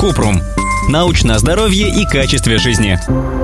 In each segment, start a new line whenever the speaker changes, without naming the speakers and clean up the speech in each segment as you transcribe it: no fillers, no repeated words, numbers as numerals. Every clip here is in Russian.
Купрум. Научное здоровье и качестве жизни.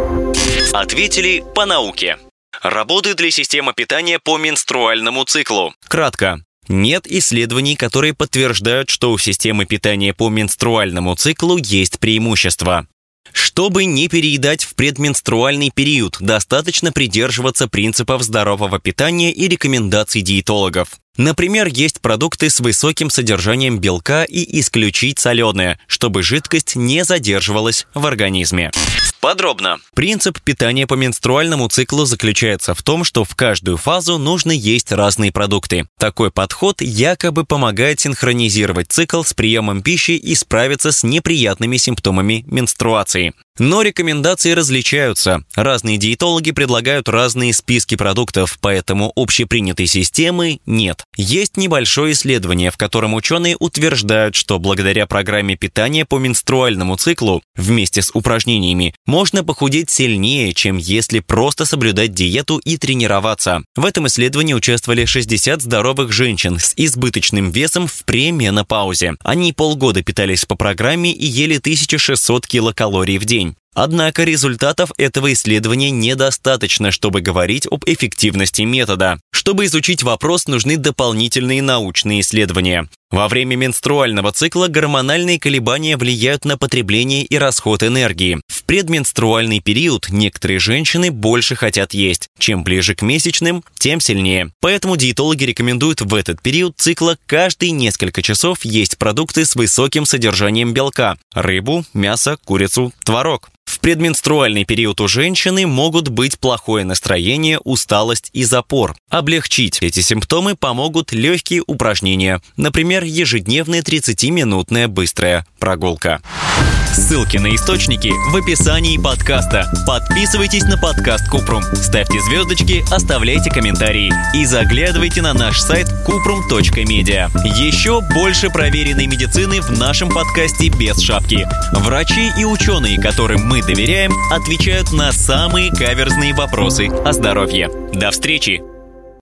Ответили по науке. Работы для системы питания по менструальному циклу. Кратко. Нет исследований, которые подтверждают, что у системы питания по менструальному циклу есть преимущества. Чтобы не переедать в предменструальный период, достаточно придерживаться принципов здорового питания и рекомендаций диетологов. Например, есть продукты с высоким содержанием белка и исключить соленые, чтобы жидкость не задерживалась в организме. Подробно. Принцип питания по менструальному циклу заключается в том, что в каждую фазу нужно есть разные продукты. Такой подход якобы помогает синхронизировать цикл с приемом пищи и справиться с неприятными симптомами менструации. Но рекомендации различаются. Разные диетологи предлагают разные списки продуктов, поэтому общепринятой системы нет. Есть небольшое исследование, в котором ученые утверждают, что благодаря программе питания по менструальному циклу вместе с упражнениями можно похудеть сильнее, чем если просто соблюдать диету и тренироваться. В этом исследовании участвовали 60 здоровых женщин с избыточным весом в пременопаузе. Они полгода питались по программе и ели 1600 килокалорий в день. Однако результатов этого исследования недостаточно, чтобы говорить об эффективности метода. Чтобы изучить вопрос, нужны дополнительные научные исследования. Во время менструального цикла гормональные колебания влияют на потребление и расход энергии. В предменструальный период некоторые женщины больше хотят есть. Чем ближе к месячным, тем сильнее. Поэтому диетологи рекомендуют в этот период цикла каждые несколько часов есть продукты с высоким содержанием белка – рыбу, мясо, курицу, творог. В предменструальный период у женщины могут быть плохое настроение, усталость и запор. Облегчить эти симптомы помогут легкие упражнения, например, ежедневная 30-минутная быстрая прогулка.
Ссылки на источники в описании подкаста. Подписывайтесь на подкаст Купрум, ставьте звездочки, оставляйте комментарии и заглядывайте на наш сайт kuprum.media. Еще больше проверенной медицины в нашем подкасте без шапки. Врачи и ученые, которым мы доверяем, отвечают на самые каверзные вопросы о здоровье. До встречи!